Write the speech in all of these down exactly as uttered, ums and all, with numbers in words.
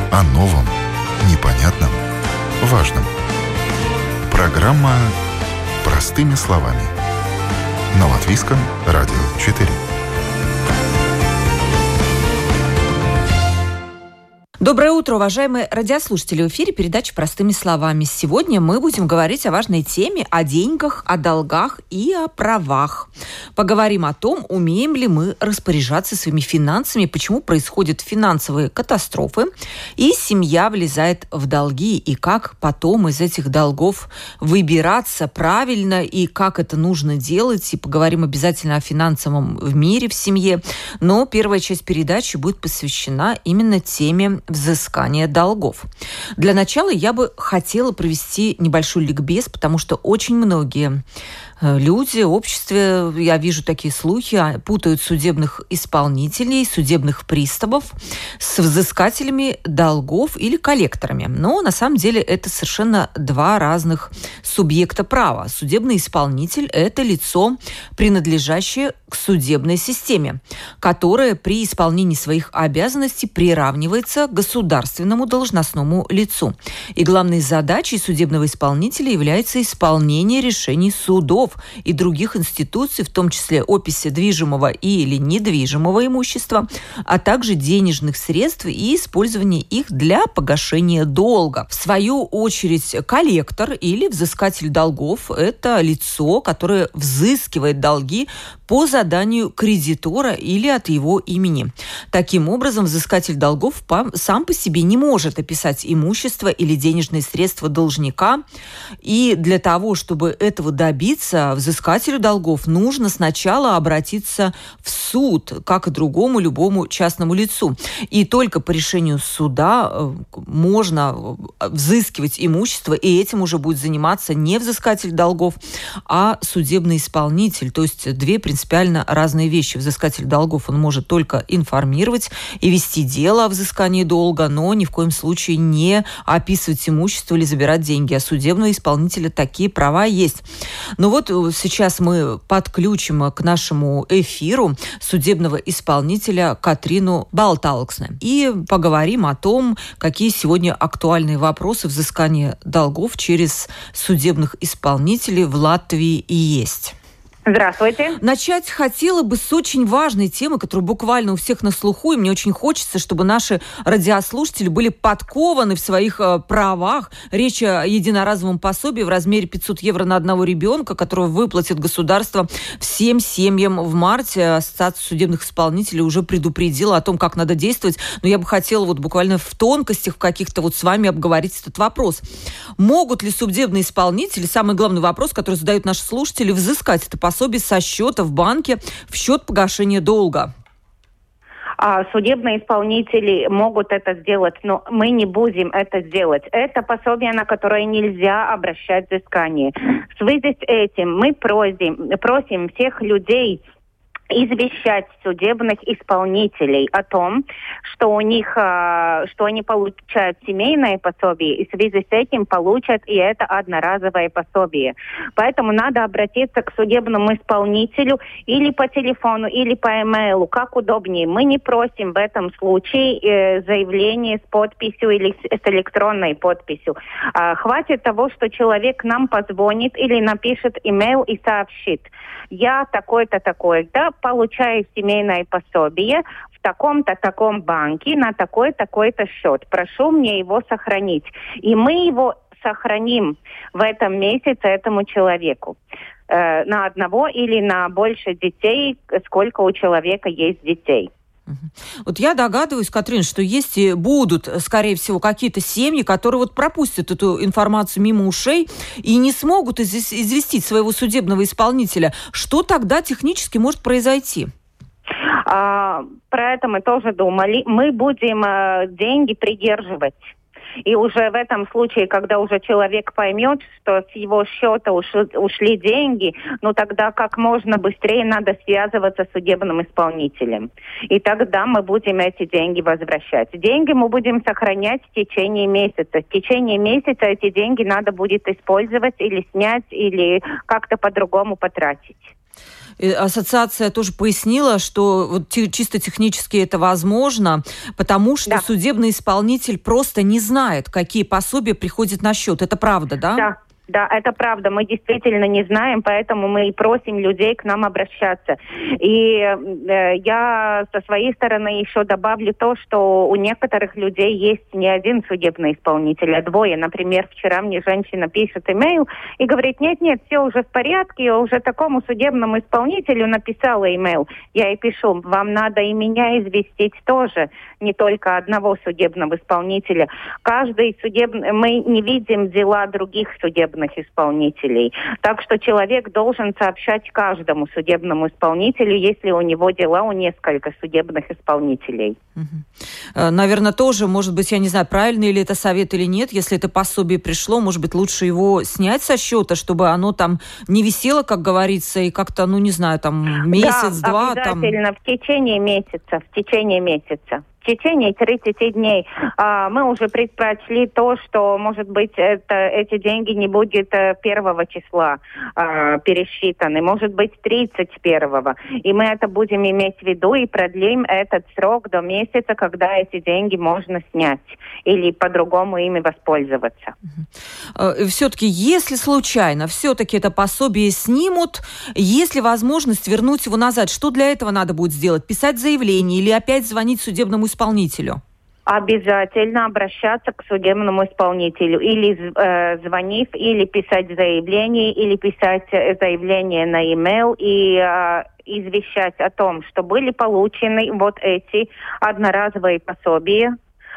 О новом, непонятном, важном. Программа «Простыми словами». На Латвийском радио четыре. Доброе утро, уважаемые радиослушатели. В эфире передача «Простыми словами». Сегодня мы будем говорить о важной теме, о деньгах, о долгах и о правах. Поговорим о том, умеем ли мы распоряжаться своими финансами, почему происходят финансовые катастрофы, и семья влезает в долги, и как потом из этих долгов выбираться правильно, и как это нужно делать. И поговорим обязательно о финансовом в мире в семье. Но первая часть передачи будет посвящена именно теме взыскания долгов. Для начала я бы хотела провести небольшой ликбез, потому что очень многие люди, обществе, я вижу такие слухи, путают судебных исполнителей, судебных приставов с взыскателями долгов или коллекторами. Но на самом деле это совершенно два разных субъекта права. Судебный исполнитель – это лицо, принадлежащее к судебной системе, которое при исполнении своих обязанностей приравнивается к государственному должностному лицу. И главной задачей судебного исполнителя является исполнение решений судов и других институций, в том числе описи движимого или недвижимого имущества, а также денежных средств и использование их для погашения долга. В свою очередь, коллектор или взыскатель долгов – это лицо, которое взыскивает долги по заданию кредитора или от его имени. Таким образом, взыскатель долгов сам по себе не может описать имущество или денежные средства должника. И для того, чтобы этого добиться, взыскателю долгов нужно сначала обратиться в суд, как и другому любому частному лицу. И только по решению суда можно взыскивать имущество, и этим уже будет заниматься не взыскатель долгов, а судебный исполнитель. То есть две принципиально разные вещи. Взыскатель долгов, он может только информировать и вести дело о взыскании долга, но ни в коем случае не описывать имущество или забирать деньги. А судебного исполнителя такие права есть. Но вот сейчас мы подключим к нашему эфиру судебного исполнителя Катрину Балталксне и поговорим о том, какие сегодня актуальные вопросы взыскания долгов через судебных исполнителей в Латвии есть. Здравствуйте. Начать хотела бы с очень важной темы, которая буквально у всех на слуху, и мне очень хочется, чтобы наши радиослушатели были подкованы в своих э, правах. Речь о единоразовом пособии в размере пятьсот евро на одного ребенка, которого выплатит государство всем семьям в марте. Ассоциация судебных исполнителей уже предупредила о том, как надо действовать, но я бы хотела вот буквально в тонкостях в каких-то вот с вами обговорить этот вопрос. Могут ли судебные исполнители, самый главный вопрос, который задают наши слушатели, взыскать это пособие со счета в банке в счет погашения долга? А судебные исполнители могут это сделать, но мы не будем это делать. Это пособие, на которое нельзя обращать взыскание. В связи с этим мы просим, просим всех людей извещать судебных исполнителей о том, что у них, что они получают семейное пособие, и в связи с этим получат и это одноразовое пособие. Поэтому надо обратиться к судебному исполнителю или по телефону, или по имейлу, как удобнее. Мы не просим в этом случае заявление с подписью или с электронной подписью. Хватит того, что человек нам позвонит или напишет имейл и сообщит: я такой-то, такой-то, получаю семейное пособие в таком-то, таком банке на такой-такой-то счет. Прошу мне его сохранить. И мы его сохраним в этом месяце этому человеку. Э, на одного или на больше детей, сколько у человека есть детей. Вот я догадываюсь, Катрин, что есть и будут, скорее всего, какие-то семьи, которые вот пропустят эту информацию мимо ушей и не смогут известить своего судебного исполнителя. Что тогда технически может произойти? А, про это мы тоже думали. Мы будем а, деньги придерживать. И уже в этом случае, когда уже человек поймет, что с его счета ушли, ушли деньги, ну тогда как можно быстрее надо связываться с судебным исполнителем. И тогда мы будем эти деньги возвращать. Деньги мы будем сохранять в течение месяца. В течение месяца эти деньги надо будет использовать или снять, или как-то по-другому потратить. И ассоциация тоже пояснила, что вот чисто технически это возможно, потому что Да. судебный исполнитель просто не знает, какие пособия приходят на счет. Это правда, да? Да. Да, это правда. Мы действительно не знаем, поэтому мы и просим людей к нам обращаться. И э, я со своей стороны еще добавлю то, что у некоторых людей есть не один судебный исполнитель, а двое. Например, вчера мне женщина пишет имейл и говорит: нет-нет, все уже в порядке, я уже такому судебному исполнителю написала имейл. Я ей пишу: вам надо и меня известить тоже, не только одного судебного исполнителя. Каждый судебный... Мы не видим дела других судебных исполнителей. Так что человек должен сообщать каждому судебному исполнителю, если у него дела у нескольких судебных исполнителей. Угу. Наверное, тоже, может быть, я не знаю, правильный ли это совет или нет, если это пособие пришло, может быть, лучше его снять со счета, чтобы оно там не висело, как говорится, и как-то, ну, не знаю, там месяц-два. Да, обязательно, там... в течение месяца, в течение месяца. В течение тридцати дней а, мы уже предпочли то, что, может быть, это, эти деньги не будут первого числа а, пересчитаны, может быть, тридцать первого. И мы это будем иметь в виду и продлим этот срок до месяца, когда эти деньги можно снять или по-другому ими воспользоваться. Все-таки, если случайно все-таки это пособие снимут, есть ли возможность вернуть его назад? Что для этого надо будет сделать? Писать заявление или опять звонить судебному исполнителю? Обязательно обращаться к судебному исполнителю. Или э, звонив, или писать заявление, или писать заявление на e-mail и э, извещать о том, что были получены вот эти одноразовые пособия,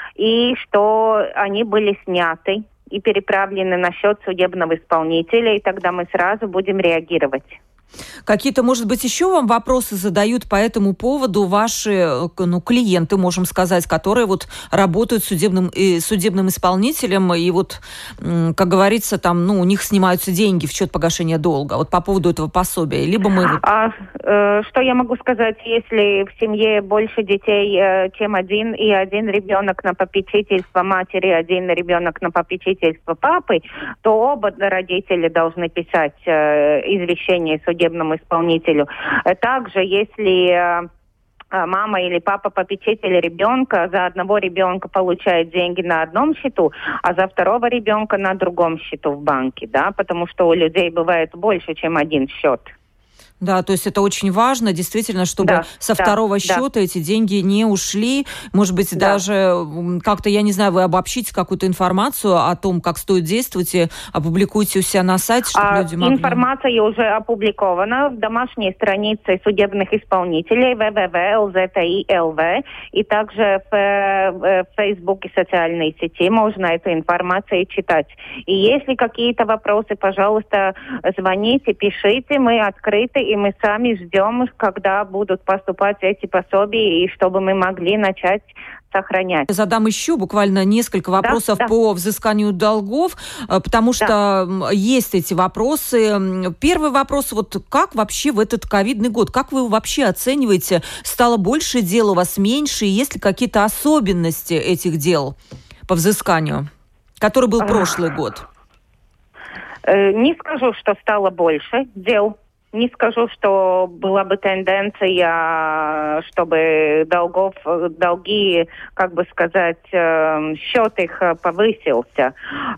и что они были сняты и переправлены на счет судебного исполнителя, и тогда мы сразу будем реагировать. Какие-то, может быть, еще вам вопросы задают по этому поводу ваши, ну, клиенты, можем сказать, которые вот работают судебным, э, судебным исполнителем, и вот, как говорится, там, ну, у них снимаются деньги в счет погашения долга. Вот по поводу этого пособия. Либо мы... Вот... А, э, что я могу сказать, если в семье больше детей, э, чем один, и один ребенок на попечительство матери, один ребенок на попечительство папы, то оба родители должны писать э, извещение судебному исполнителю. Также, если мама или папа попечитель ребенка за одного ребенка получает деньги на одном счету, а за второго ребенка на другом счету в банке, да, потому что у людей бывает больше, чем один счет. Да, то есть это очень важно, действительно, чтобы да, со да, второго да. счета эти деньги не ушли. Может быть, да. даже как-то, я не знаю, вы обобщите какую-то информацию о том, как стоит действовать, и опубликуйте у себя на сайте, чтобы а, люди могли... Информация уже опубликована в домашней странице судебных исполнителей дабл ю дабл ю дабл ю точка эл зет и эл ви, и также в, в Facebook и социальной сети можно эту информацию читать. И если какие-то вопросы, пожалуйста, звоните, пишите, мы открыты, и мы сами ждем, когда будут поступать эти пособия, и чтобы мы могли начать сохранять. Задам еще буквально несколько вопросов да, да. по взысканию долгов, потому что да. есть эти вопросы. Первый вопрос, вот как вообще в этот ковидный год, как вы вообще оцениваете, стало больше дел, у вас меньше, и есть ли какие-то особенности этих дел по взысканию, который был прошлый год? Не скажу, что стало больше дел. Не скажу, что была бы тенденция, чтобы долгов, долги, как бы сказать, счет их повысился.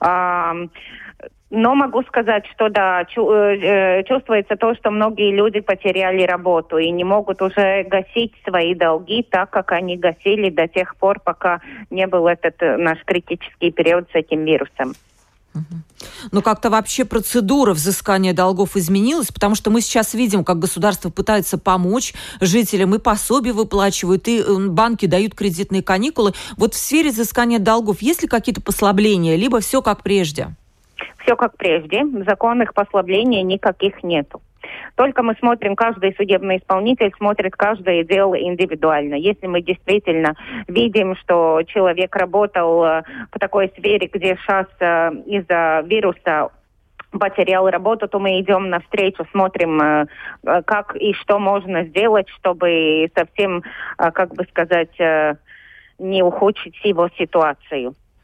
Но могу сказать, что да, чувствуется то, что многие люди потеряли работу и не могут уже гасить свои долги так, как они гасили до тех пор, пока не был этот наш критический период с этим вирусом. Ну, как-то вообще процедура взыскания долгов изменилась, потому что мы сейчас видим, как государство пытается помочь жителям, и пособия выплачивают, и банки дают кредитные каникулы. Вот в сфере взыскания долгов есть ли какие-то послабления, либо все как прежде? Все как прежде. Законных послаблений никаких нету. Только мы смотрим, каждый судебный исполнитель смотрит каждое дело индивидуально. Если мы действительно видим, что человек работал в такой сфере, где сейчас из-за вируса потерял работу, то мы идем навстречу, смотрим, как и что можно сделать, чтобы совсем, как бы сказать, не ухудшить его ситуацию.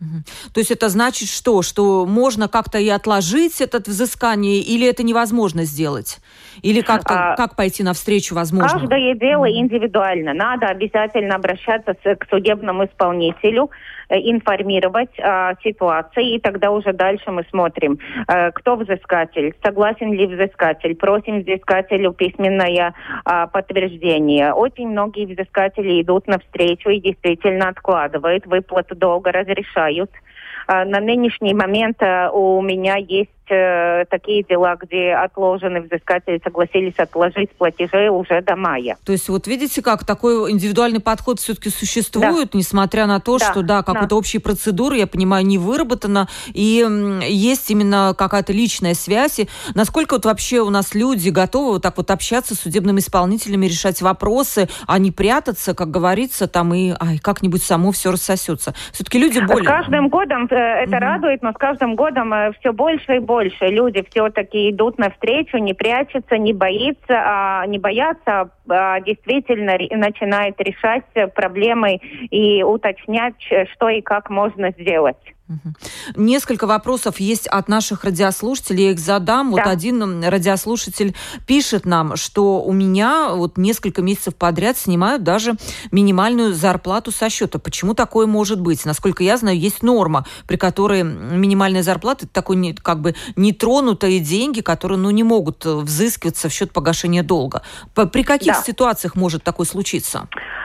То есть это значит что? Что можно как-то и отложить это взыскание, или это невозможно сделать? Или как-то, а, как пойти навстречу возможно? Каждое дело индивидуально. Надо обязательно обращаться к судебному исполнителю, информировать о ситуации, и тогда уже дальше мы смотрим, кто взыскатель, согласен ли взыскатель, просим взыскателю письменное подтверждение. Очень многие взыскатели идут навстречу и действительно откладывают выплату долга, разрешают. На нынешний момент у меня есть такие дела, где отложенные взыскатели согласились отложить платежи уже до мая. То есть вот видите, как такой индивидуальный подход все-таки существует, да. Несмотря на то, да. что да, какой-то да. общей процедуры, я понимаю, не выработана, и есть именно какая-то личная связь. И насколько вот вообще у нас люди готовы вот так вот общаться с судебными исполнителями, решать вопросы, а не прятаться, как говорится, там и ай, как-нибудь само все рассосется. Все-таки люди более... С каждым годом э, это угу. радует, но с каждым годом э, все больше и больше. Больше люди все-таки идут навстречу, не прячутся, не боятся, а, не боятся, а действительно ре, начинают решать проблемы и уточнять, что и как можно сделать. Несколько вопросов есть от наших радиослушателей, я их задам. Да. Вот один радиослушатель пишет нам, что у меня вот несколько месяцев подряд снимают даже минимальную зарплату со счета. Почему такое может быть? Насколько я знаю, есть норма, при которой минимальная зарплата – это такой как бы нетронутые деньги, которые ну, не могут взыскиваться в счет погашения долга. При каких да. ситуациях может такое случиться?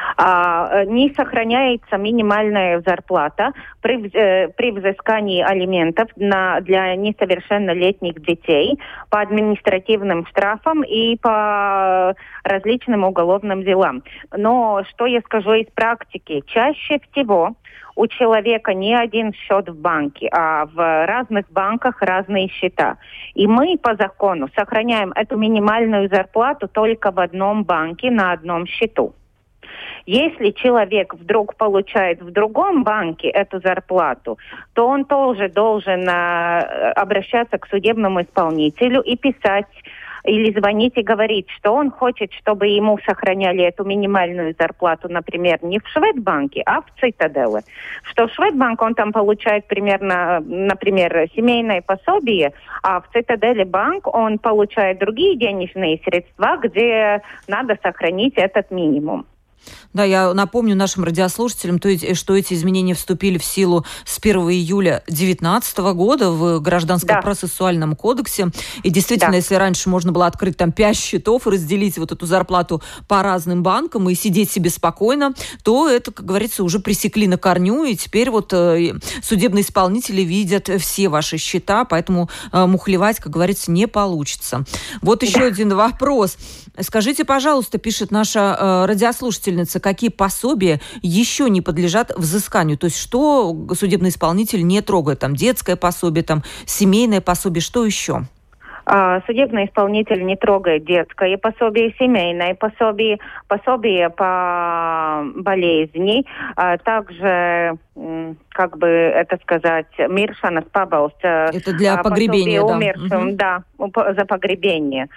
А, не сохраняется минимальная зарплата при, э, при взыскании алиментов на, для несовершеннолетних детей по административным штрафам и по различным уголовным делам. Но что я скажу из практики? Чаще всего у человека не один счет в банке, а в разных банках разные счета. И мы по закону сохраняем эту минимальную зарплату только в одном банке на одном счету. Если человек вдруг получает в другом банке эту зарплату, то он тоже должен э, обращаться к судебному исполнителю и писать или звонить и говорить, что он хочет, чтобы ему сохраняли эту минимальную зарплату, например, не в Шведбанке, а в Цитаделе. Что в Шведбанке он там получает примерно, например, семейное пособие, а в Цитаделе банк он получает другие денежные средства, где надо сохранить этот минимум. Да, я напомню нашим радиослушателям, что эти изменения вступили в силу с первого июля две тысячи девятнадцатого года в Гражданском да. процессуальном кодексе. И действительно, да. если раньше можно было открыть там пять счетов и разделить вот эту зарплату по разным банкам и сидеть себе спокойно, то это, как говорится, уже пресекли на корню, и теперь вот э, судебные исполнители видят все ваши счета, поэтому э, мухлевать, как говорится, не получится. Вот еще да. один вопрос. Скажите, пожалуйста, пишет наша э, радиослушательница, какие пособия еще не подлежат взысканию? То есть что судебный исполнитель не трогает? Там детское пособие, там семейное пособие, что еще? Судебный исполнитель не трогает детское пособие, семейное пособие, пособие по болезни, также, как бы это сказать, миршанас пабалст. Это для погребения, да. Умершим, угу. да, за погребение.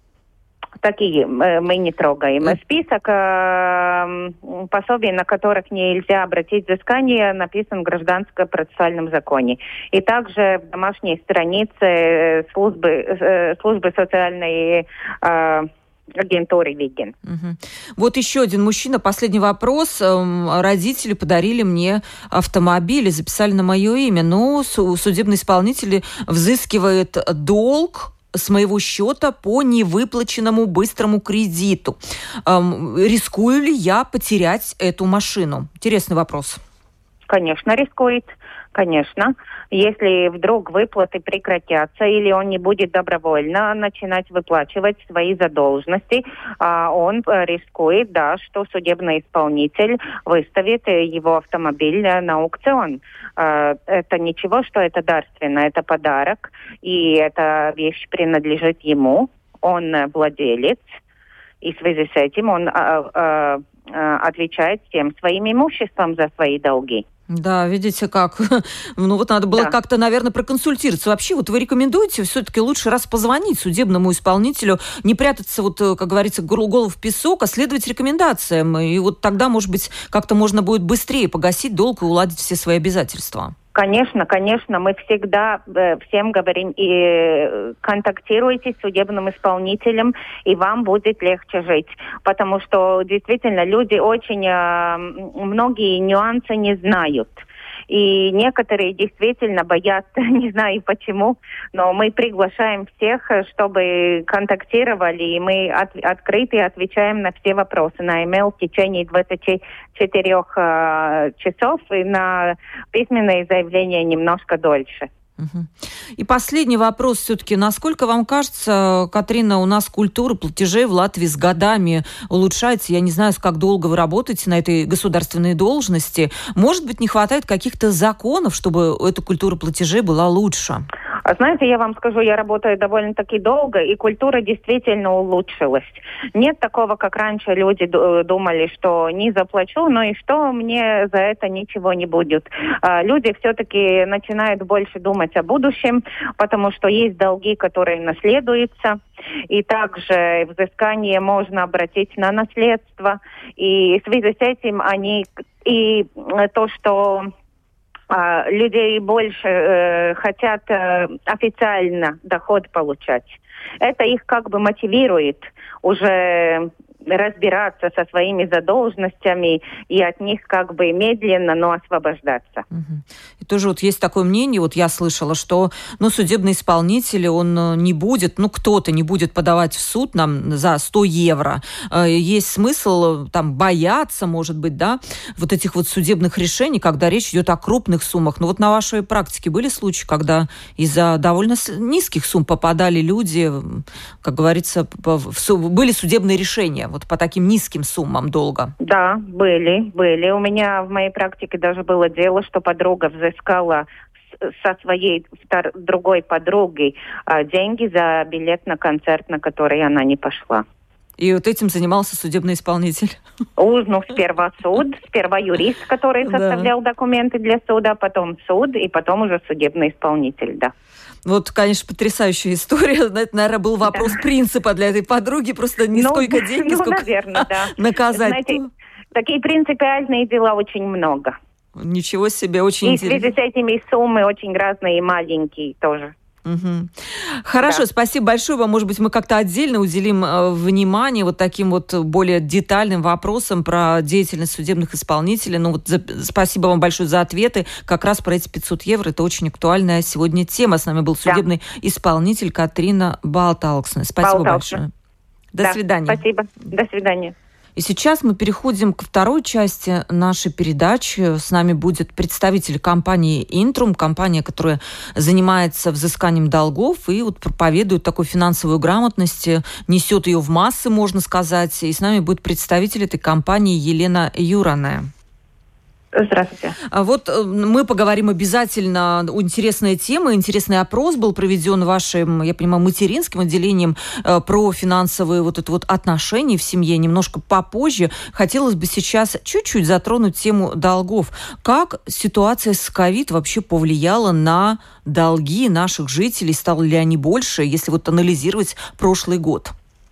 Такие мы не трогаем. Список э, пособий, на которых нельзя обратить взыскание, написан в Гражданском процессуальном законе. И также в домашней странице службы, э, службы социальной э, агентуры Вигин. Угу. Вот еще один мужчина. Последний вопрос. Родители подарили мне автомобиль и записали на мое имя. Но судебный исполнитель взыскивает долг с моего счета по невыплаченному быстрому кредиту. Эм, рискую ли я потерять эту машину? Интересный вопрос. Конечно, рискует. Конечно. Если вдруг выплаты прекратятся или он не будет добровольно начинать выплачивать свои задолженности, он рискует, да, что судебный исполнитель выставит его автомобиль на аукцион. Это ничего, что это дарственно, это подарок, и эта вещь принадлежит ему, он владелец, и в связи с этим он отвечает всем своим имуществом за свои долги. Да, видите как. Ну вот надо было да. как-то, наверное, проконсультироваться. Вообще, вот вы рекомендуете все-таки лучше раз позвонить судебному исполнителю, не прятаться, вот, как говорится, голову в песок, а следовать рекомендациям. И вот тогда, может быть, как-то можно будет быстрее погасить долг и уладить все свои обязательства. Конечно, конечно, мы всегда э, всем говорим, и э, контактируйте с судебным исполнителем, и вам будет легче жить. Потому что действительно люди очень э, многие нюансы не знают. И некоторые действительно боятся, не знаю почему, но мы приглашаем всех, чтобы контактировали, и мы от, открыты отвечаем на все вопросы на e-mail в течение двадцати четырёх э, часов, и на письменные заявления немножко дольше. И последний вопрос все-таки. Насколько вам кажется, Катрина, у нас культура платежей в Латвии с годами улучшается? Я не знаю, как долго вы работаете на этой государственной должности. Может быть, не хватает каких-то законов, чтобы эта культура платежей была лучше? А знаете, я вам скажу, я работаю довольно-таки долго, и культура действительно улучшилась. Нет такого, как раньше люди думали, что не заплачу, но и что, мне за это ничего не будет. Люди все-таки начинают больше думать о будущем, потому что есть долги, которые наследуются, и также взыскание можно обратить на наследство. И в связи с этим они... И то, что... Uh, людей больше uh, хотят uh, официально доход получать. Это их как бы мотивирует уже разбираться со своими задолженностями и от них как бы медленно, но освобождаться. Угу. И тоже вот есть такое мнение, вот я слышала, что ну, судебный исполнитель, он не будет, ну кто-то не будет подавать в суд нам за сто евро. Есть смысл там бояться, может быть, да, вот этих вот судебных решений, когда речь идет о крупных суммах. Но вот на вашей практике были случаи, когда из-за довольно низких сумм попадали люди, как говорится, были судебные решения вот по таким низким суммам долга? Да, были, были. У меня в моей практике даже было дело, что подруга взыскала со своей втор- другой подругой а, деньги за билет на концерт, на который она не пошла. И вот этим занимался судебный исполнитель? Ну, сперва суд, сперва юрист, который составлял да. документы для суда, потом суд, и потом уже судебный исполнитель, да. Вот, конечно, потрясающая история. Это, наверное, был вопрос да. принципа для этой подруги. Просто не ну, столько денег, ну, сколько наверное, да. наказать. Знаете, такие принципиальные дела очень много. Ничего себе, очень и интересно. И в связи с этими суммы очень разные и маленькие тоже. Угу. Хорошо, да. Спасибо большое вам. Может быть, мы как-то отдельно уделим э, внимание вот таким вот более детальным вопросам про деятельность судебных исполнителей. Ну вот за, спасибо вам большое за ответы. Как раз про эти пятьсот евро. Это очень актуальная сегодня тема. С нами был судебный да. исполнитель Катрина Балталксне. Спасибо Балталксне. большое. До да, свидания. Спасибо. До свидания. И сейчас мы переходим ко второй части нашей передачи. С нами будет представитель компании «Интрум», компания, которая занимается взысканием долгов и вот проповедует такой финансовую грамотность, несет ее в массы, можно сказать. И с нами будет представитель этой компании Елена Юране. Здравствуйте. Вот мы поговорим обязательно. Интересная тема, интересный опрос был проведен вашим, я понимаю, материнским отделением про финансовые вот это вот отношения в семье немножко попозже. Хотелось бы сейчас чуть-чуть затронуть тему долгов. Как ситуация с ковид вообще повлияла на долги наших жителей? Стали ли они больше, если вот анализировать прошлый год?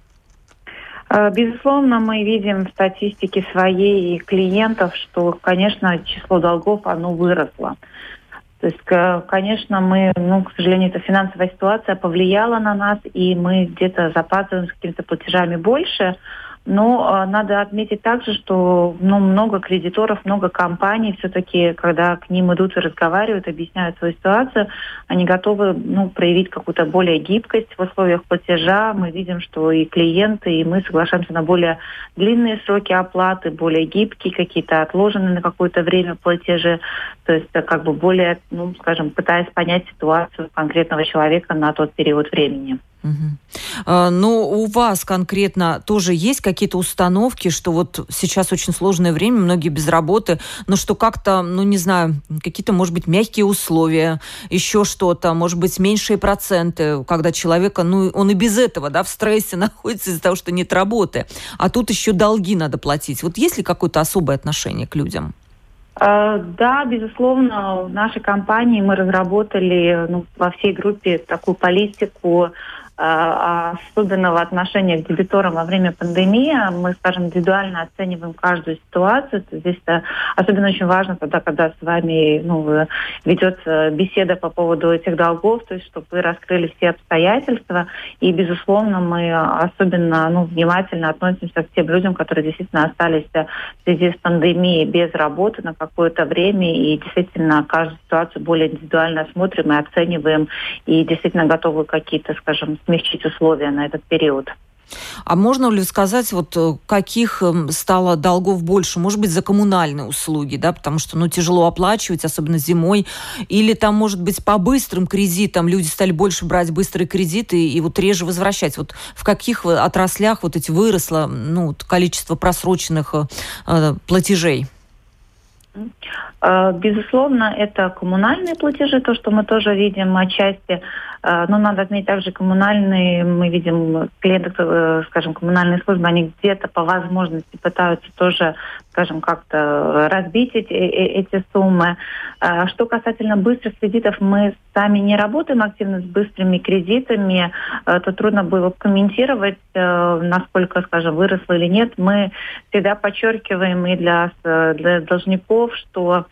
Безусловно, мы видим в статистике своей и клиентов, что, конечно, число долгов, оно выросло. То есть, конечно, мы, ну, к сожалению, эта финансовая ситуация повлияла на нас, и мы где-то запаздываем с какими-то платежами больше. Но э, надо отметить также, что ну, много кредиторов, много компаний все-таки, когда к ним идут и разговаривают, объясняют свою ситуацию, они готовы ну, проявить какую-то более гибкость в условиях платежа. Мы видим, что и клиенты, и мы соглашаемся на более длинные сроки оплаты, более гибкие, какие-то отложенные на какое-то время платежи. То есть как бы более, ну, скажем, пытаясь понять ситуацию конкретного человека на тот период времени. Угу. А, ну, у вас конкретно тоже есть какие-то установки, что вот сейчас очень сложное время, многие без работы, но что как-то, ну, не знаю, какие-то, может быть, мягкие условия, еще что-то, может быть, меньшие проценты, когда человека, ну, он и без этого, да, в стрессе находится из-за того, что нет работы, а тут еще долги надо платить. Вот есть ли какое-то особое отношение к людям? Да, безусловно, в нашей компании мы разработали ну, во всей группе такую политику особенного отношения к дебиторам во время пандемии. Мы, скажем, индивидуально оцениваем каждую ситуацию. Здесь особенно очень важно тогда, когда с вами ну, ведется беседа по поводу этих долгов, то есть чтобы вы раскрыли все обстоятельства. И, безусловно, мы особенно ну, внимательно относимся к тем людям, которые действительно остались в связи с пандемией без работы на какое-то время. И действительно каждую ситуацию более индивидуально смотрим и оцениваем. И действительно готовы какие-то, скажем, смягчить условия на этот период. А можно ли сказать, вот каких стало долгов больше? Может быть, за коммунальные услуги, да, потому что, ну, тяжело оплачивать, особенно зимой. Или там, может быть, по быстрым кредитам люди стали больше брать быстрые кредиты и, и вот реже возвращать. Вот в каких отраслях вот эти выросло, ну, количество просроченных э, платежей? Безусловно, это коммунальные платежи, то, что мы тоже видим отчасти. Но надо отметить также коммунальные, мы видим клиентов, скажем, коммунальные службы, они где-то по возможности пытаются тоже, скажем, как-то разбить эти, эти суммы. Что касательно быстрых кредитов, мы сами не работаем активно с быстрыми кредитами, то трудно было комментировать, насколько, скажем, выросло или нет. Мы всегда подчеркиваем и для, для должников, что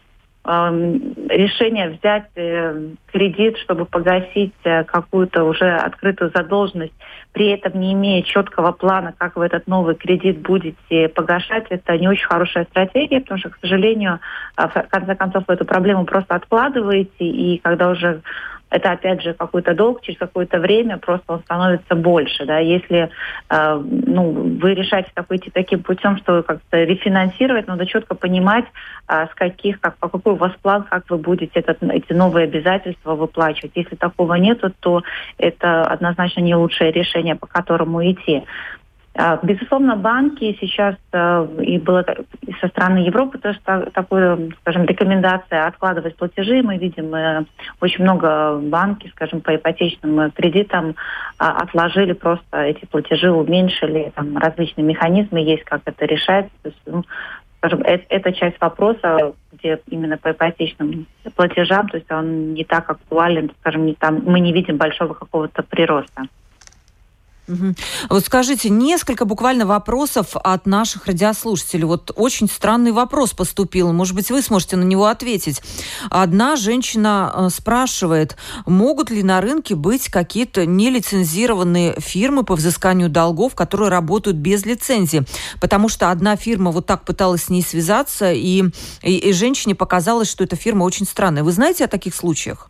решение взять кредит, чтобы погасить какую-то уже открытую задолженность, при этом не имея четкого плана, как вы этот новый кредит будете погашать, это не очень хорошая стратегия, потому что, к сожалению, в конце концов, вы эту проблему просто откладываете, и когда уже это, опять же, какой-то долг, через какое-то время просто он становится больше. Да? Если э, ну, вы решаете так, идти таким путем, что как-то рефинансировать, надо четко понимать, э, с каких, как, по какой у вас план, как вы будете этот, эти новые обязательства выплачивать. Если такого нет, то это однозначно не лучшее решение, по которому идти. Безусловно, банки сейчас, и было со стороны Европы тоже такая, скажем, рекомендация откладывать платежи. Мы видим, очень много банки, скажем, по ипотечным кредитам отложили просто эти платежи, уменьшили. Там различные механизмы есть, как это решать. То есть, ну, скажем, это, это часть вопроса, где именно по ипотечным платежам, то есть он не так актуален, скажем, не там, мы не видим большого какого-то прироста. Угу. Вот скажите, несколько буквально вопросов от наших радиослушателей. Вот очень странный вопрос поступил. Может быть, вы сможете на него ответить. Одна женщина спрашивает, могут ли на рынке быть какие-то нелицензированные фирмы по взысканию долгов, которые работают без лицензии? Потому что одна фирма вот так пыталась с ней связаться, и, и, и женщине показалось, что эта фирма очень странная. Вы знаете о таких случаях?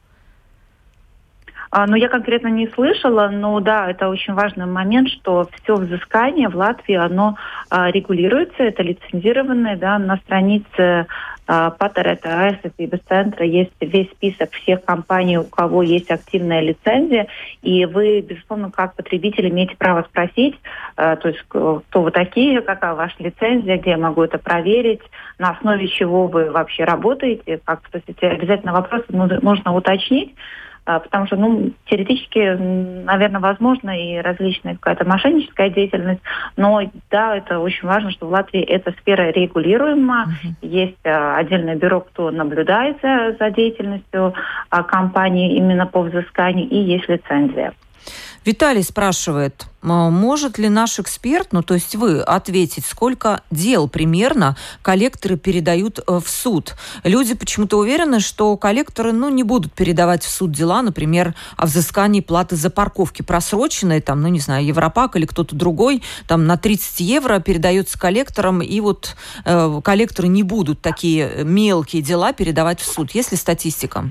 Ну, я конкретно не слышала, но да, это очень важный момент, что все взыскание в Латвии, оно а, регулируется, это лицензированное, да, на странице Патарета АСС центра есть весь список всех компаний, у кого есть активная лицензия, и вы, безусловно, как потребитель имеете право спросить, а, то есть кто вы такие, какая ваша лицензия, где я могу это проверить, на основе чего вы вообще работаете, как, то есть эти обязательно вопросы нужно уточнить. Потому что, ну, теоретически, наверное, возможно и различная какая-то мошенническая деятельность, но, да, это очень важно, что в Латвии эта сфера регулируема, uh-huh. есть а, отдельное бюро, кто наблюдает за, за деятельностью а, компании именно по взысканию, и есть лицензия. Виталий спрашивает, может ли наш эксперт, ну то есть вы, ответить, сколько дел примерно коллекторы передают в суд? Люди почему-то уверены, что коллекторы ну, не будут передавать в суд дела, например, о взыскании платы за парковки просроченной, там, ну не знаю, Европак или кто-то другой, там на тридцать евро передается коллекторам, и вот э, коллекторы не будут такие мелкие дела передавать в суд. Есть ли статистика?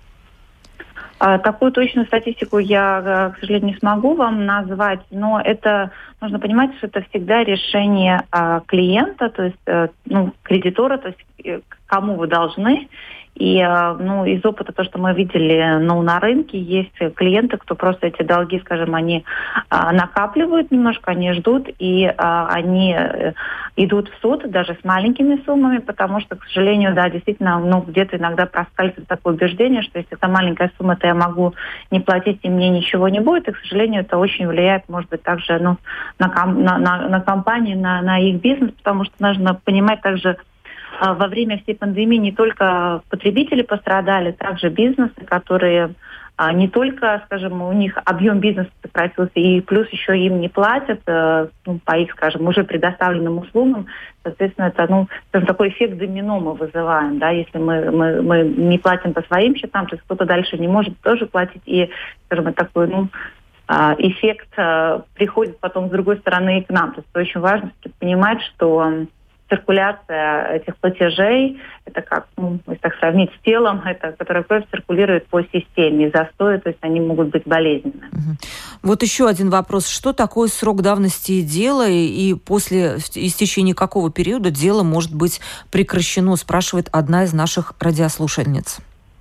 Такую точную статистику я, к сожалению, не смогу вам назвать, но это нужно понимать, что это всегда решение клиента, то есть ну, кредитора, то есть кому вы должны. И ну, из опыта, то, что мы видели ну, на рынке, есть клиенты, кто просто эти долги, скажем, они а, накапливают немножко, они ждут, и а, они идут в суд даже с маленькими суммами, потому что, к сожалению, да, действительно, ну, где-то иногда проскальзывает такое убеждение, что если это маленькая сумма, то я могу не платить, и мне ничего не будет, и, к сожалению, это очень влияет, может быть, также ну, на, на, на, на компании, на, на их бизнес, потому что нужно понимать также, во время всей пандемии не только потребители пострадали, также бизнесы, которые не только, скажем, у них объем бизнеса сократился, и плюс еще им не платят ну, по их, скажем, уже предоставленным услугам. Соответственно, это ну, такой эффект домино мы вызываем. Да? Если мы, мы, мы не платим по своим счетам, то есть кто-то дальше не может тоже платить. И, скажем, это такой ну, эффект приходит потом с другой стороны и к нам. То есть очень важно понимать, что циркуляция этих платежей, это как, ну, если так сравнить с телом, это, которое кровь циркулирует по системе, и застои, то есть они могут быть болезненными. Угу. Вот еще один вопрос. Что такое срок давности дела, и после истечения какого периода дело может быть прекращено, спрашивает одна из наших радиослушательниц.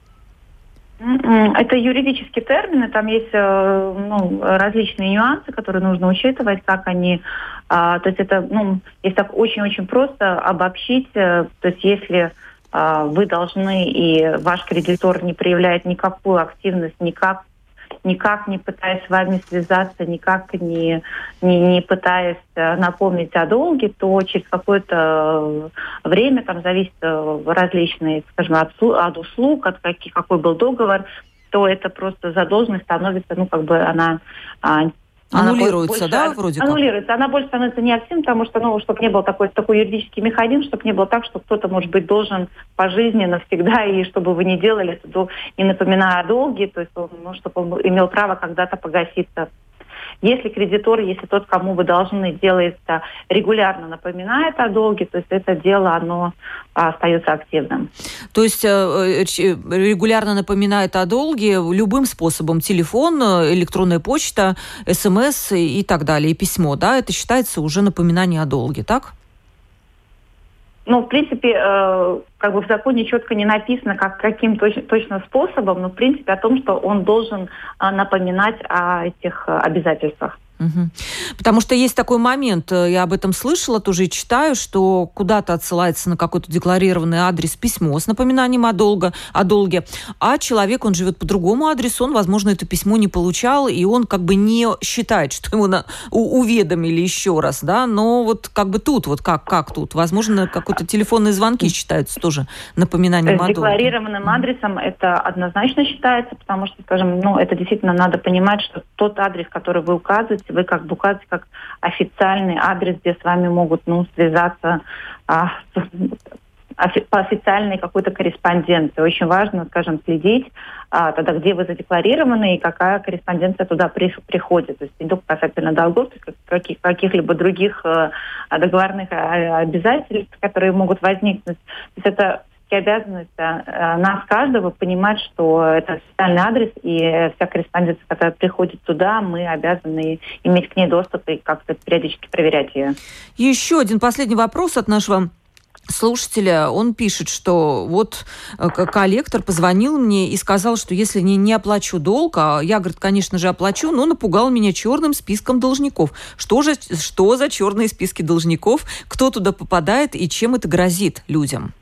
Это юридические термины, там есть ну, различные нюансы, которые нужно учитывать, как они... А, то есть это, ну, если так очень-очень просто обобщить, то есть если а, вы должны и ваш кредитор не проявляет никакую активность, никак, никак не пытаясь с вами связаться, никак не, не, не пытаясь напомнить о долге, то через какое-то время, там зависит различные, скажем, от, от услуг, от каких, какой был договор, то это просто задолженность становится, ну, как бы она... Аннулируется, больше, да, вроде аннулируется. как? Она больше становится неактивной, потому что, ну, чтобы не был такой, такой юридический механизм, чтобы не было так, что кто-то, может быть, должен пожизненно навсегда, и чтобы вы не делали это, не напоминая о долге, то есть, ну, чтобы он имел право когда-то погаситься. Если кредитор, если тот, кому вы должны, делает это регулярно, напоминает о долге, то есть это дело, оно остается активным. То есть регулярно напоминает о долге любым способом: телефон, электронная почта, смс и так далее, и письмо, да? Это считается уже напоминание о долге, так? Ну, в принципе, э, как бы в законе четко не написано, как, каким точ- точно способом, но, в принципе, о том, что он должен э, напоминать о этих э, обязательствах. Угу. Потому что есть такой момент, я об этом слышала, тоже и читаю, что куда-то отсылается на какой-то декларированный адрес письмо с напоминанием о, долго, о долге, а человек, он живет по другому адресу, он, возможно, это письмо не получал, и он как бы не считает, что ему на, у, уведомили еще раз, да, но вот как бы тут, вот как, как тут, возможно, какие-то телефонные звонки считаются тоже напоминанием о долге. С декларированным адресом это однозначно считается, потому что, скажем, ну, это действительно надо понимать, что тот адрес, который вы указываете, вы как бы указываете как официальный адрес, где с вами могут ну, связаться а, офи- по официальной какой-то корреспонденции. Очень важно, скажем, следить а, тогда, где вы задекларированы и какая корреспонденция туда при- приходит. То есть не только касательно долгов, то есть каких- каких-либо других а, договорных а, обязательств, которые могут возникнуть. То есть это обязанность а, нас каждого понимать, что это официальный адрес, и вся корреспонденция, которая приходит туда, мы обязаны иметь к ней доступ и как-то периодически проверять ее. Еще один последний вопрос от нашего слушателя. Он пишет, что вот коллектор позвонил мне и сказал, что если не, не оплачу долг, а я, говорит, конечно же, оплачу, но напугал меня черным списком должников. Что же, что за черные списки должников? Кто туда попадает и чем это грозит людям?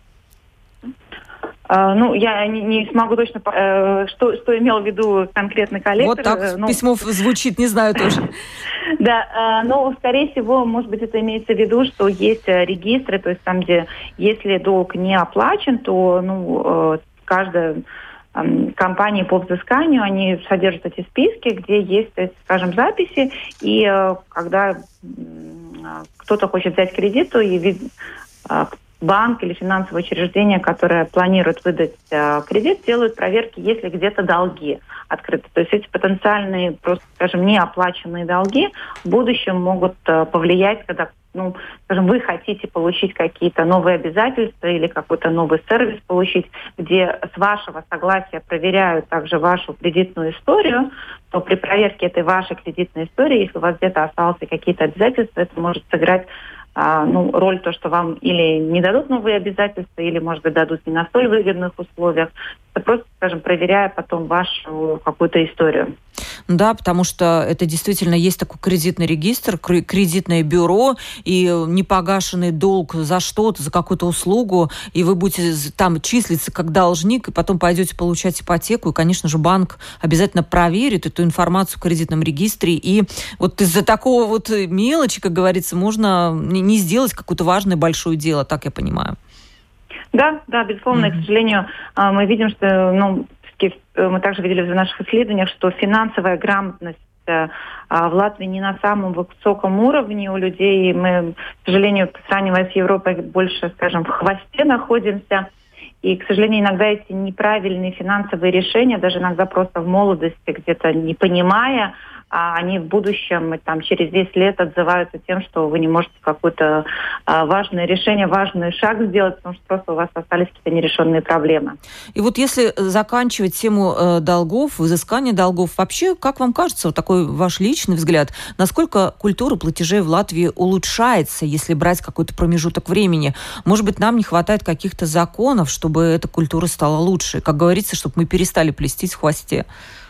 Uh, ну, я не, не смогу точно, uh, что, что имел в виду конкретный коллектор. Вот так uh, ну, письмо звучит, не знаю тоже. Да, но, скорее всего, может быть, это имеется в виду, что есть регистры, то есть там, где если долг не оплачен, то ну, каждая компания по взысканию, они содержат эти списки, где есть, скажем, записи, и когда кто-то хочет взять кредит, то и банк или финансовое учреждение, которое планирует выдать э, кредит, делают проверки, если где-то долги открыты. То есть эти потенциальные, просто, скажем, неоплаченные долги в будущем могут э, повлиять, когда, ну, скажем, вы хотите получить какие-то новые обязательства или какой-то новый сервис получить, где с вашего согласия проверяют также вашу кредитную историю, то при проверке этой вашей кредитной истории, если у вас где-то остались какие-то обязательства, это может сыграть ну, роль то, что вам или не дадут новые обязательства, или, может быть, дадут не на столь выгодных условиях. Это просто, скажем, проверяя потом вашу какую-то историю. Да, потому что это действительно есть такой кредитный регистр, кредитное бюро, и непогашенный долг за что-то, за какую-то услугу, и вы будете там числиться как должник, и потом пойдете получать ипотеку, и, конечно же, банк обязательно проверит эту информацию в кредитном регистре, и вот из-за такого вот мелочи, как говорится, можно не сделать какое-то важное большое дело, так я понимаю. Да, да, безусловно, mm-hmm. и, к сожалению, мы видим, что, ну, фактически мы также видели в наших исследованиях, что финансовая грамотность в Латвии не на самом высоком уровне у людей. Мы, к сожалению, сравнивая с Европой, больше, скажем, в хвосте находимся. И, к сожалению, иногда эти неправильные финансовые решения, даже иногда просто в молодости, где-то не понимая, а они в будущем, там, через десять лет отзываются тем, что вы не можете какое-то а, важное решение, важный шаг сделать, потому что просто у вас остались какие-то нерешенные проблемы. И вот если заканчивать тему э, долгов, взыскания долгов, вообще, как вам кажется, вот такой ваш личный взгляд, насколько культура платежей в Латвии улучшается, если брать какой-то промежуток времени? Может быть, нам не хватает каких-то законов, чтобы эта культура стала лучше? Как говорится, чтобы мы перестали плестись в хвосте.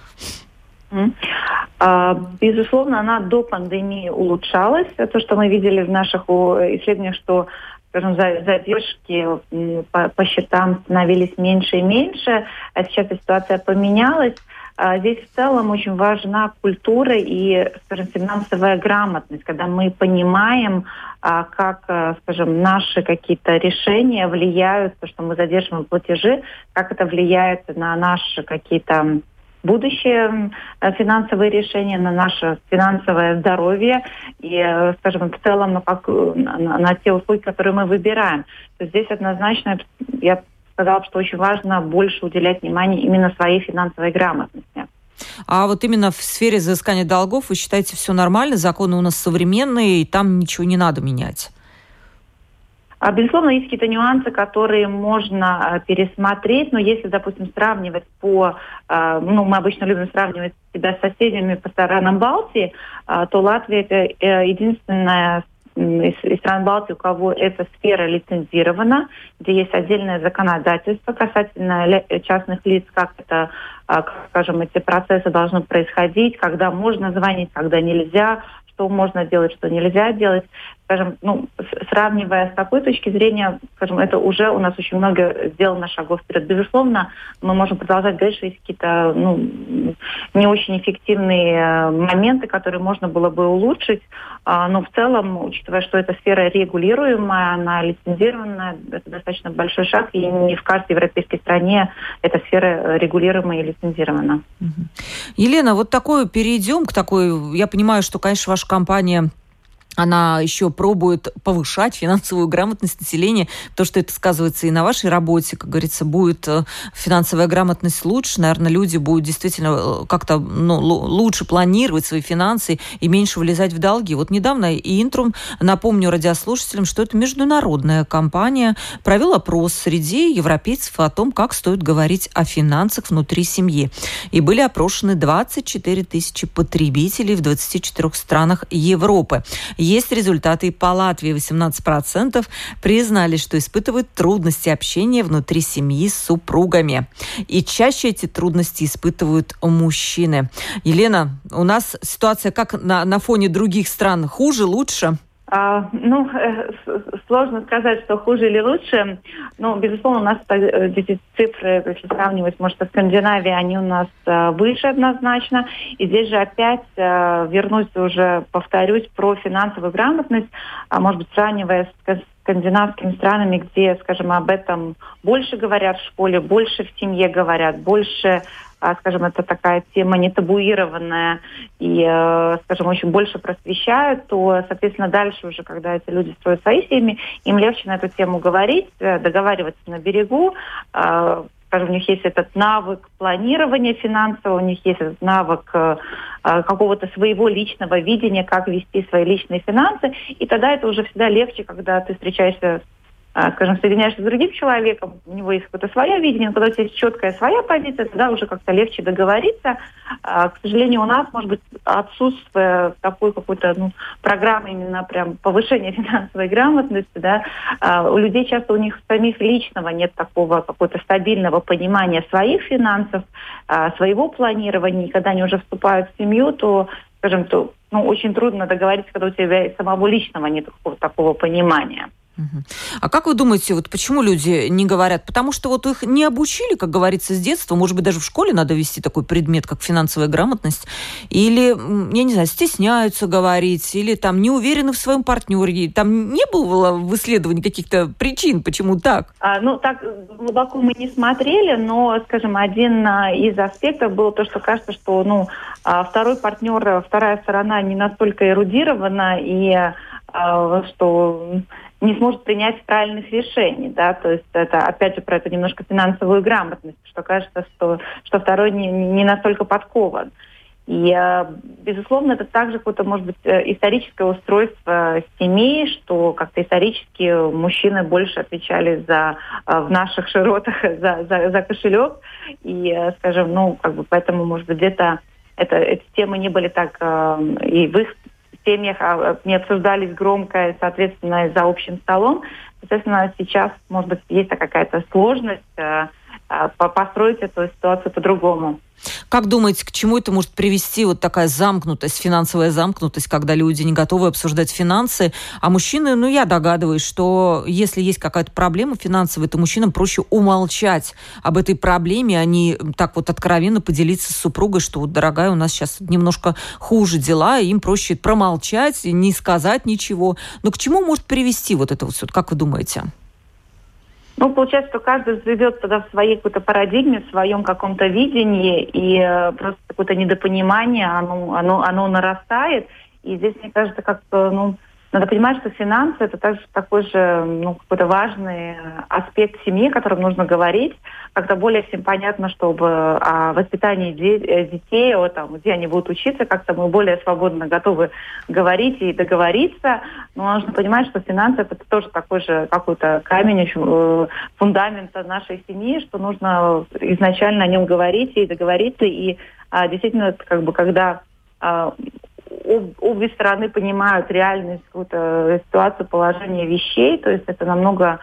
Безусловно, она до пандемии улучшалась. То, что мы видели в наших исследованиях, что, скажем, задержки по, по счетам становились меньше и меньше, а сейчас ситуация поменялась. Здесь в целом очень важна культура и, скажем, финансовая грамотность, когда мы понимаем, как, скажем, наши какие-то решения влияют, то, что мы задерживаем платежи, как это влияет на наши какие-то будущее финансовые решения, на наше финансовое здоровье и, скажем, в целом на, на, на те услуги, которые мы выбираем. То есть здесь однозначно, я сказала, что очень важно больше уделять внимание именно своей финансовой грамотности. А вот именно в сфере взыскания долгов вы считаете, все нормально, законы у нас современные, и там ничего не надо менять? Безусловно, есть какие-то нюансы, которые можно пересмотреть, но если, допустим, сравнивать по... Ну, мы обычно любим сравнивать себя с соседями по странам Балтии, то Латвия – это единственная из, из стран Балтии, у кого эта сфера лицензирована, где есть отдельное законодательство касательно частных лиц, как это, как, скажем, эти процессы должны происходить, когда можно звонить, когда нельзя, что можно делать, что нельзя делать. Скажем, ну, сравнивая с такой точки зрения, скажем, это уже у нас очень много сделано шагов вперед. Безусловно, мы можем продолжать говорить, что есть какие-то ну, не очень эффективные моменты, которые можно было бы улучшить, но в целом, учитывая, что эта сфера регулируемая, она лицензированная, это достаточно большой шаг, и не в каждой европейской стране эта сфера регулируемая и лицензирована. Елена, вот такое перейдем к такой, я понимаю, что, конечно, ваша компания она еще пробует повышать финансовую грамотность населения, то, что это сказывается и на вашей работе, как говорится, будет финансовая грамотность лучше, наверное, люди будут действительно как-то ну, лучше планировать свои финансы и меньше влезать в долги. Вот недавно и Интрум, напомню радиослушателям, что это международная компания, провел опрос среди европейцев о том, как стоит говорить о финансах внутри семьи. И были опрошены двадцать четыре тысячи потребителей в двадцати четырёх странах Европы. Есть результаты и по Латвии. восемнадцать процентов признали, что испытывают трудности общения внутри семьи с супругами. И чаще эти трудности испытывают мужчины. Елена, у нас ситуация как на, на фоне других стран? Хуже, лучше? А, ну, э, сложно сказать, что хуже или лучше. Но, безусловно, у нас э, эти цифры, если сравнивать, может, со Скандинавией, они у нас э, выше однозначно. И здесь же опять э, вернусь уже, повторюсь, про финансовую грамотность, а, может быть, сравнивая с скандинавскими странами, где, скажем, об этом больше говорят в школе, больше в семье говорят, больше, скажем, это такая тема не табуированная и, скажем, очень больше просвещают, то, соответственно, дальше уже, когда эти люди строят свои семьи, им легче на эту тему говорить, договариваться на берегу. Скажем, у них есть этот навык планирования финансового, у них есть этот навык э, какого-то своего личного видения, как вести свои личные финансы. И тогда это уже всегда легче, когда ты встречаешься, э, скажем, соединяешься с другим человеком, у него есть какое-то свое видение, но когда у тебя есть четкая своя позиция, тогда уже как-то легче договориться. Э, к сожалению, у нас, может быть, отсутствие такой какой-то ну, программы именно прям повышения финансовой грамотности, да, э, у людей часто у них самих личного нет такого какого-то стабильного понимания своих финансов, э, своего планирования. И когда они уже вступают в семью, то, скажем, то, ну, очень трудно договориться, когда у тебя самого личного нет такого, такого понимания. А как вы думаете, вот почему люди не говорят? Потому что вот их не обучили, как говорится, с детства. Может быть, даже в школе надо вести такой предмет, как финансовая грамотность. Или, я не знаю, стесняются говорить, или там не уверены в своем партнере. Там не было в исследовании каких-то причин, почему так? А, ну, так глубоко мы не смотрели, но, скажем, один из аспектов был то, что кажется, что, ну, второй партнер, вторая сторона не настолько эрудирована, и что не сможет принять правильных решений, да, то есть это, опять же, про эту немножко финансовую грамотность, что кажется, что, что второй не, не настолько подкован. И, безусловно, это также какое-то, может быть, историческое устройство семей, что как-то исторически мужчины больше отвечали за, в наших широтах за, за, за кошелек, и, скажем, ну, как бы, поэтому, может быть, где-то это, эти темы не были так, и в их в семьях не обсуждались громко, соответственно, за общим столом. Соответственно, сейчас, может быть, есть какая-то сложность э, э, построить эту ситуацию по-другому. Как думаете, к чему это может привести, вот такая замкнутость, финансовая замкнутость, когда люди не готовы обсуждать финансы, а мужчины, ну, я догадываюсь, что если есть какая-то проблема финансовая, то мужчинам проще умолчать об этой проблеме, а не так вот откровенно поделиться с супругой, что, вот, дорогая, у нас сейчас немножко хуже дела, и им проще промолчать, не сказать ничего. Но к чему может привести вот это вот, как вы думаете? Ну, получается, что каждый живет тогда в своей какой-то парадигме, в своем каком-то видении, и э, просто какое-то недопонимание, оно, оно, оно нарастает. И здесь, мне кажется, как-то, ну, надо понимать, что финансы – это также такой же, ну, какой-то важный аспект семьи, о котором нужно говорить. Как-то более всем понятно, чтобы о воспитании детей, о том, где они будут учиться, как-то мы более свободно готовы говорить и договориться. Но нужно понимать, что финансы – это тоже такой же какой-то камень, фундамента нашей семьи, что нужно изначально о нем говорить и договориться. И а, действительно, как бы, когда а, обе стороны понимают реальность, какую-то ситуацию, положение вещей, то есть это намного,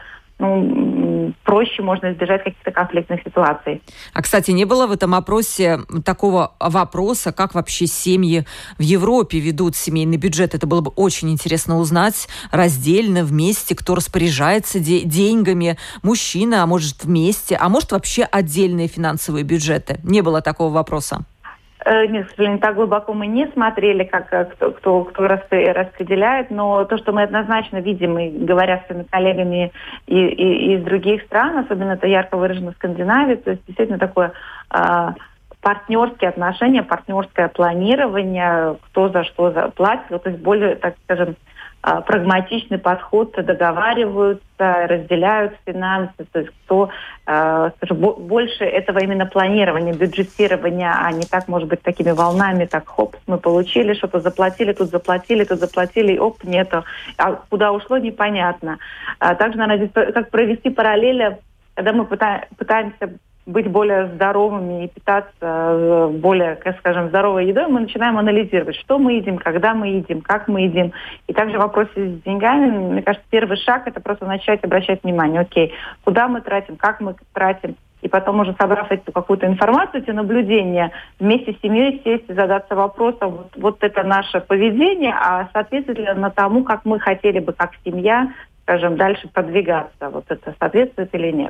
ну, проще, можно избежать каких-то конфликтных ситуаций. А, кстати, не было в этом опросе такого вопроса, как вообще семьи в Европе ведут семейный бюджет? Это было бы очень интересно узнать раздельно, вместе, кто распоряжается де- деньгами, мужчина, а может вместе, а может вообще отдельные финансовые бюджеты? Не было такого вопроса? Нет, к сожалению, так глубоко мы не смотрели, как кто, кто, кто распределяет, но то, что мы однозначно видим, и говоря с своими коллегами и, и, из других стран, особенно это ярко выражено в Скандинавии, то есть действительно такое э, партнерские отношения, партнерское планирование, кто за что заплатит, то есть более, так скажем, прагматичный подход, договариваются, разделяют финансы, то есть кто, э, скажем, больше этого именно планирования, бюджетирования, а не так, может быть, такими волнами, так, хоп, мы получили, что-то заплатили, тут заплатили, тут заплатили, и оп, нету. А куда ушло, непонятно. А также, наверное, здесь как провести параллели, когда мы пыта- пытаемся быть более здоровыми и питаться более, как скажем, здоровой едой, мы начинаем анализировать, что мы едим, когда мы едим, как мы едим. И также в вопросе с деньгами, мне кажется, первый шаг – это просто начать обращать внимание. Окей, куда мы тратим, как мы тратим. И потом, уже собрав эту какую-то информацию, эти наблюдения, вместе с семьей сесть и задаться вопросом, вот, вот это наше поведение, а соответственно тому, как мы хотели бы, как семья, скажем, дальше продвигаться. Вот это соответствует или нет.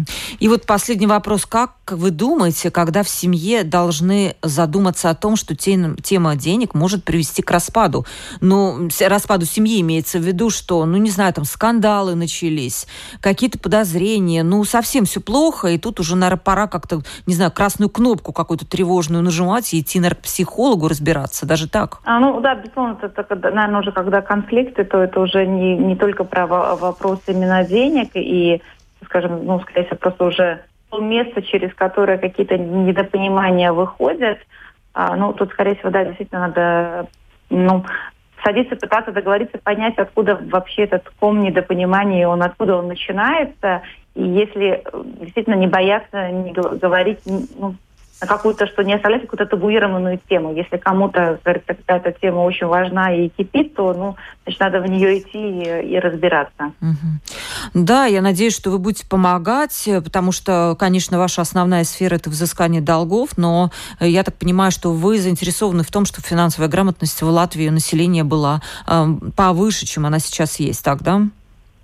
И вот последний вопрос. Как вы думаете, когда в семье должны задуматься о том, что тема денег может привести к распаду? Ну, распаду семьи имеется в виду, что, ну, не знаю, там скандалы начались, какие-то подозрения, ну, совсем все плохо, и тут уже, наверное, пора как-то, не знаю, красную кнопку какую-то тревожную нажимать и идти, наверное, к психологу разбираться, даже так? А, ну, да, безусловно, это, это, наверное, уже когда конфликты, то это уже не, не только про вопрос именно денег и, скажем, ну, скорее всего, просто уже то место, через которое какие-то недопонимания выходят. А, ну, тут, скорее всего, да, действительно надо, ну, садиться, пытаться договориться, понять, откуда вообще этот ком недопонимания, он откуда он начинается. И если действительно не бояться не говорить, ну, на какую-то, что не оставлять какую-то табуированную тему. Если кому-то какая-то тема очень важна и кипит, то, ну, значит, надо в нее идти и, и разбираться. Угу. Да, я надеюсь, что вы будете помогать, потому что, конечно, ваша основная сфера – это взыскание долгов, но я так понимаю, что вы заинтересованы в том, чтобы финансовая грамотность в Латвии у населения была э, повыше, чем она сейчас есть, так, да?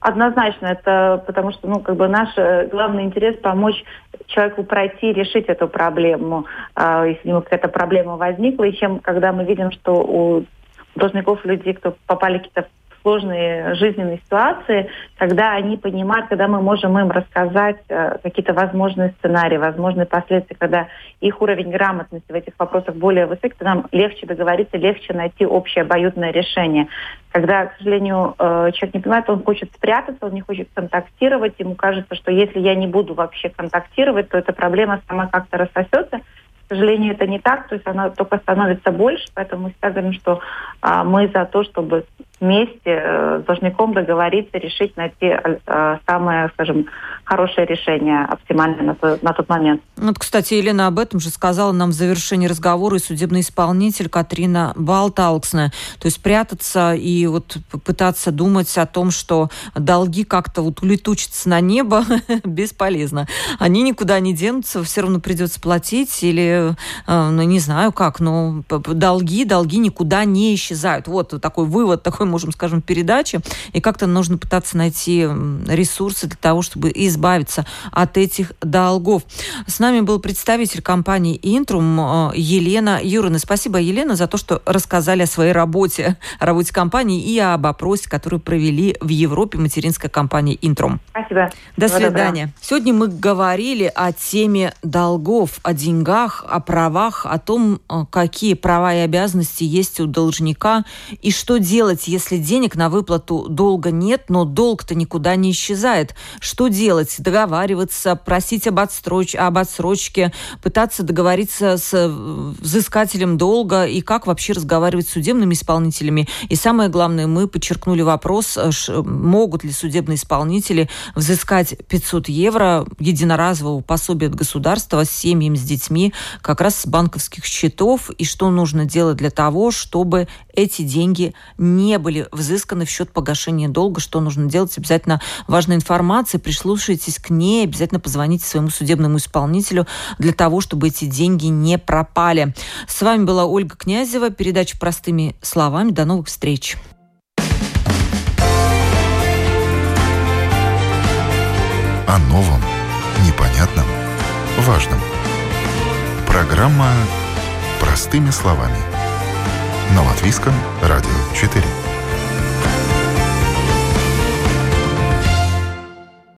Однозначно, это потому что, ну, как бы наш главный интерес помочь человеку пройти, решить эту проблему, э, если у него какая-то проблема возникла, и чем, когда мы видим, что у должников, людей, кто попали в какие-то сложные жизненные ситуации, когда они понимают, когда мы можем им рассказать э, какие-то возможные сценарии, возможные последствия, когда их уровень грамотности в этих вопросах более высок, то нам легче договориться, легче найти общее обоюдное решение. Когда, к сожалению, э, человек не понимает, он хочет спрятаться, он не хочет контактировать, ему кажется, что если я не буду вообще контактировать, то эта проблема сама как-то рассосется. К сожалению, это не так, то есть она только становится больше, поэтому мы всегда говорим, что а, мы за то, чтобы вместе э, с должником договориться, решить, найти э, самое, скажем, хорошее решение, оптимальное на, то, на тот момент. Вот, кстати, Елена об этом же сказала нам в завершении разговора и судебный исполнитель Катрина Балталксна. То есть прятаться и вот пытаться думать о том, что долги как-то вот улетучатся на небо, бесполезно. Они никуда не денутся, все равно придется платить или, ну, не знаю как, но долги, долги никуда не исчезают. Вот такой вывод, такой, можем, скажем, передачи, и как-то нужно пытаться найти ресурсы для того, чтобы избавиться от этих долгов. С нами был представитель компании «Интрум» Елена Юрина. Спасибо, Елена, за то, что рассказали о своей работе, о работе компании и об опросе, который провели в Европе материнская компания «Интрум». Спасибо. До Всего свидания. доброго. Сегодня мы говорили о теме долгов, о деньгах, о правах, о том, какие права и обязанности есть у должника и что делать, если денег на выплату долга нет, но долг-то никуда не исчезает. Что делать? Договариваться, просить об, отстроч... об отсрочке, пытаться договориться с взыскателем долга и как вообще разговаривать с судебными исполнителями. И самое главное, мы подчеркнули вопрос, могут ли судебные исполнители взыскать пятьсот евро единоразового пособия от государства с семьями с детьми как раз с банковских счетов, и что нужно делать для того, чтобы эти деньги не были взысканы в счет погашения долга, что нужно делать. Обязательно важная информация, прислушайтесь к ней, обязательно позвоните своему судебному исполнителю для того, чтобы эти деньги не пропали. С вами была Ольга Князева, передача «Простыми словами». До новых встреч. О новом, непонятном, важном. Программа «Простыми словами» на Латвийском радио четыре.